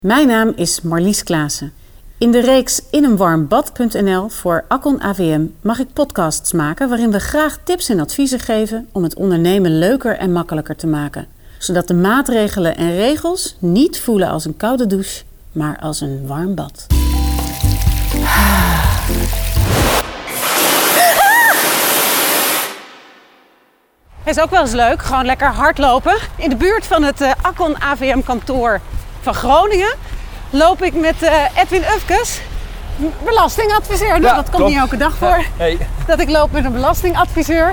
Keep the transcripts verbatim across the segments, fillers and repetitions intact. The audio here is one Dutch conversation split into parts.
Mijn naam is Marlies Klaassen. In de reeks in een warm bad punt n l voor Akkon A V M mag ik podcasts maken waarin we graag tips en adviezen geven om het ondernemen leuker en makkelijker te maken. Zodat de maatregelen en regels niet voelen als een koude douche, maar als een warm bad. Het is ook wel eens leuk, gewoon lekker hardlopen. In de buurt van het uh, Akkon A V M kantoor van Groningen loop ik met uh, Edwin Ufkes, belastingadviseur. Nou, Ja, dat komt klopt. niet elke dag voor, Ja, hey. dat ik loop met een belastingadviseur.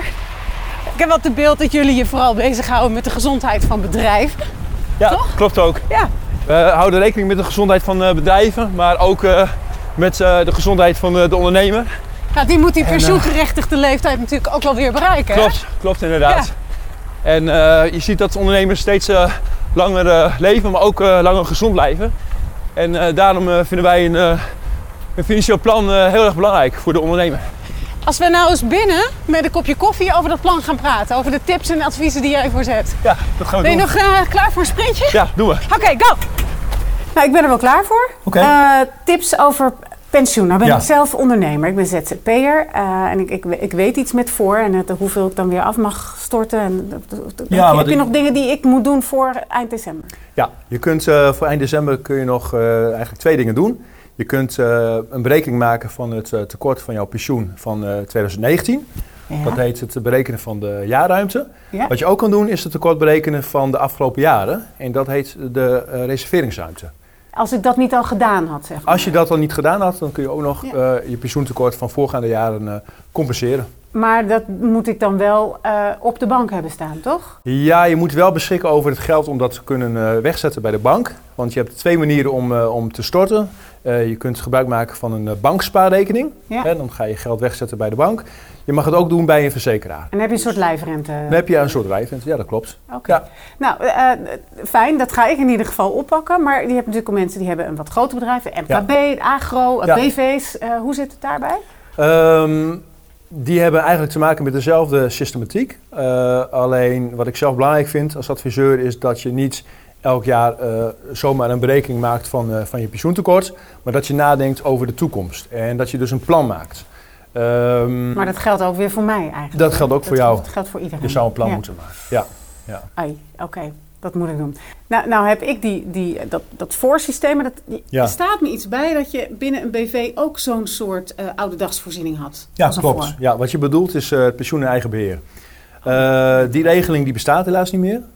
Ik heb wat het beeld dat jullie je vooral bezighouden met de gezondheid van bedrijven. Ja, Toch? klopt ook. Ja, We houden rekening met de gezondheid van uh, bedrijven, maar ook uh, met uh, de gezondheid van uh, de ondernemer. nou, die moet die En, uh, pensioengerechtigde leeftijd natuurlijk ook wel weer bereiken. hè? Klopt, klopt inderdaad. En uh, je ziet dat ondernemers steeds uh, langer uh, leven, maar ook uh, langer gezond blijven. En uh, daarom uh, vinden wij een, uh, een financieel plan uh, heel erg belangrijk voor de ondernemer. Als we nou eens binnen met een kopje koffie over dat plan gaan praten, over de tips en adviezen die jij voorzet. Ja, dat gaan we Ben je doen. nog uh, klaar voor een sprintje? Ja, doen we. Oké, go! Nou, ik ben er wel klaar voor. Oké. Uh, tips over pensioen. Nou ben Ja. ik zelf ondernemer. Ik ben Z Z P'er uh, en ik, ik, ik weet iets met voor en het, hoeveel ik dan weer af mag storten. En, Ja, heb wat je ik- nog dingen die ik moet doen voor eind december? Ja, je kunt uh, voor eind december kun je nog uh, eigenlijk twee dingen doen. Je kunt uh, een berekening maken van het uh, tekort van jouw pensioen van uh, twintig negentien. Ja. Dat heet het berekenen van de jaarruimte. Ja? Wat je ook kan doen is het tekort berekenen van de afgelopen jaren. En dat heet de uh, reserveringsruimte. Als ik dat niet al gedaan had, zeg maar. Als je dat al niet gedaan had, dan kun je ook nog Ja. uh, je pensioentekort van voorgaande jaren uh, compenseren. Maar dat moet ik dan wel uh, op de bank hebben staan, toch? Ja, je moet wel beschikken over het geld om dat te kunnen uh, wegzetten bij de bank. Want je hebt twee manieren om, uh, om te storten. Uh, je kunt gebruik maken van een uh, bankspaarrekening. Ja. Hè, dan ga je geld wegzetten bij de bank. Je mag het ook doen bij een verzekeraar. En dan heb je een soort lijfrente. Dan heb je een soort rijrente. Ja, dat klopt. Oké. Ja. Nou, uh, fijn. Dat ga ik in ieder geval oppakken. Maar je hebt natuurlijk ook mensen die hebben een wat groter bedrijf. M K B, agro, Ja. B V's. Uh, hoe zit het daarbij? Um, die hebben eigenlijk te maken met dezelfde systematiek. Uh, alleen wat ik zelf belangrijk vind als adviseur is dat je niet elk jaar uh, zomaar een berekening maakt van, uh, van je pensioentekort. Maar dat je nadenkt over de toekomst. En dat je dus een plan maakt. Um, Maar dat geldt ook weer voor mij eigenlijk. Dat geldt ook voor jou. Dat geldt voor iedereen. je zou een plan Ja. moeten maken. Ja. Ja. Ai, oké. Dat moet ik doen. Nou, nou heb ik die, die, dat, dat voorsysteem. Maar dat, Ja. Er staat me iets bij dat je binnen een B V ook zo'n soort uh, ouderdagsvoorziening had. Ja, als een klopt. voor. Ja, wat je bedoelt is uh, het pensioen in eigen beheer. Uh, die regeling die bestaat helaas niet meer.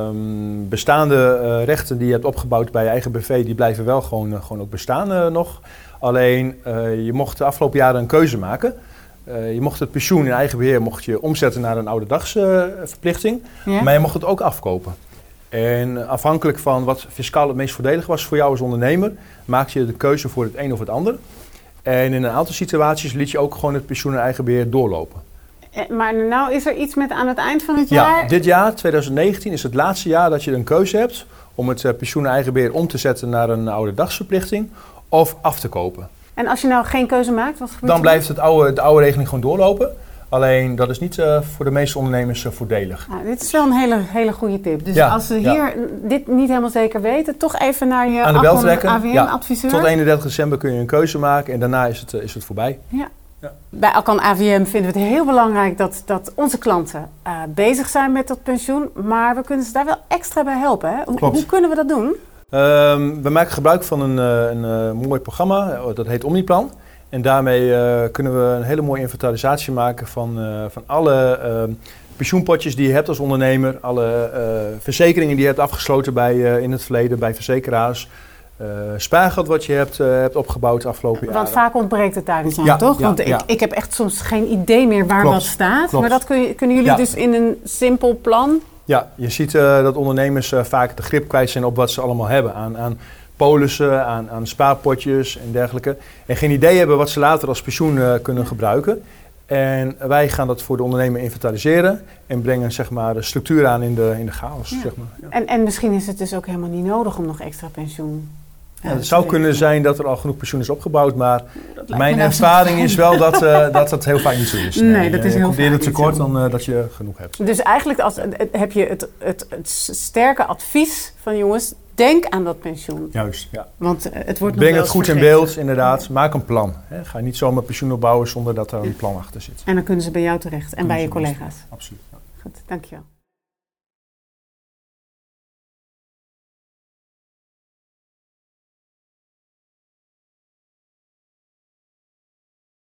Um, bestaande uh, rechten die je hebt opgebouwd bij je eigen B V, die blijven wel gewoon, uh, gewoon ook bestaan uh, nog. Alleen, uh, je mocht de afgelopen jaren een keuze maken. Uh, je mocht het pensioen in eigen beheer mocht je omzetten naar een ouderdagsverplichting. Uh, Ja? maar je mocht het ook afkopen. En afhankelijk van wat fiscaal het meest voordelig was voor jou als ondernemer, maakte je de keuze voor het een of het ander. En in een aantal situaties liet je ook gewoon het pensioen in eigen beheer doorlopen. Eh, Maar nou is er iets met aan het eind van het Ja, jaar. dit jaar, twintig negentien, is het laatste jaar dat je een keuze hebt om het uh, pensioen in eigen beheer om te zetten naar een ouderdagsverplichting of af te kopen. En als je nou geen keuze maakt, wat gebeurt Dan er? blijft het oude, de oude regeling gewoon doorlopen. Alleen dat is niet uh, voor de meeste ondernemers uh, voordelig. Nou, dit is wel een hele, hele goede tip. Dus Ja, als ze ja. hier dit niet helemaal zeker weten, toch even naar je Aan de bel Akkon trekken. A V M-adviseur. Tot eenendertig december kun je een keuze maken en daarna is het, uh, is het voorbij. Ja. Ja. Bij Akkon A V M vinden we het heel belangrijk dat, dat onze klanten uh, bezig zijn met dat pensioen. Maar we kunnen ze daar wel extra bij helpen. Hè? Hoe, Klopt. hoe kunnen we dat doen? Um, we maken gebruik van een, uh, een uh, mooi programma, uh, dat heet Omniplan. En daarmee uh, kunnen we een hele mooie inventarisatie maken van, uh, van alle uh, pensioenpotjes die je hebt als ondernemer. Alle uh, verzekeringen die je hebt afgesloten bij, uh, in het verleden bij verzekeraars. Uh, spaargeld wat je hebt, uh, hebt opgebouwd de afgelopen jaren. Want vaak ontbreekt het daar dus aan, Ja, toch? ja, Want ik, ja. ik heb echt soms geen idee meer waar Klopt, wat staat. klopt. Maar dat kun je, kunnen jullie Ja. dus in een simpel plan... Ja, je ziet uh, dat ondernemers uh, vaak de grip kwijt zijn op wat ze allemaal hebben. Aan, aan polissen, aan, aan spaarpotjes en dergelijke. En geen idee hebben wat ze later als pensioen uh, kunnen gebruiken. En wij gaan dat voor de ondernemer inventariseren en brengen zeg maar, de structuur aan in de, in de chaos. Ja. Zeg maar. Ja. En, en misschien is het dus ook helemaal niet nodig om nog extra pensioen... Ja, het zou kunnen zijn dat er al genoeg pensioen is opgebouwd, maar lijkt me mijn nou ervaring zo. is wel dat, uh, dat dat heel vaak niet zo is. Nee, dat is je heel komt vaak eerder niet tekort zo. dan uh, dat je genoeg hebt. Dus eigenlijk als, heb je het, het, het sterke advies van jongens, denk aan dat pensioen. Juist, ja. Want uh, het wordt nog Breng wel het goed vergeten. in beeld, inderdaad. Ja. Maak een plan. Hè. Ga niet zomaar pensioen opbouwen zonder dat er een plan achter zit. En dan kunnen ze bij jou terecht en Kunnen bij je ze best. collega's. Absoluut. Ja. Goed, dankjewel.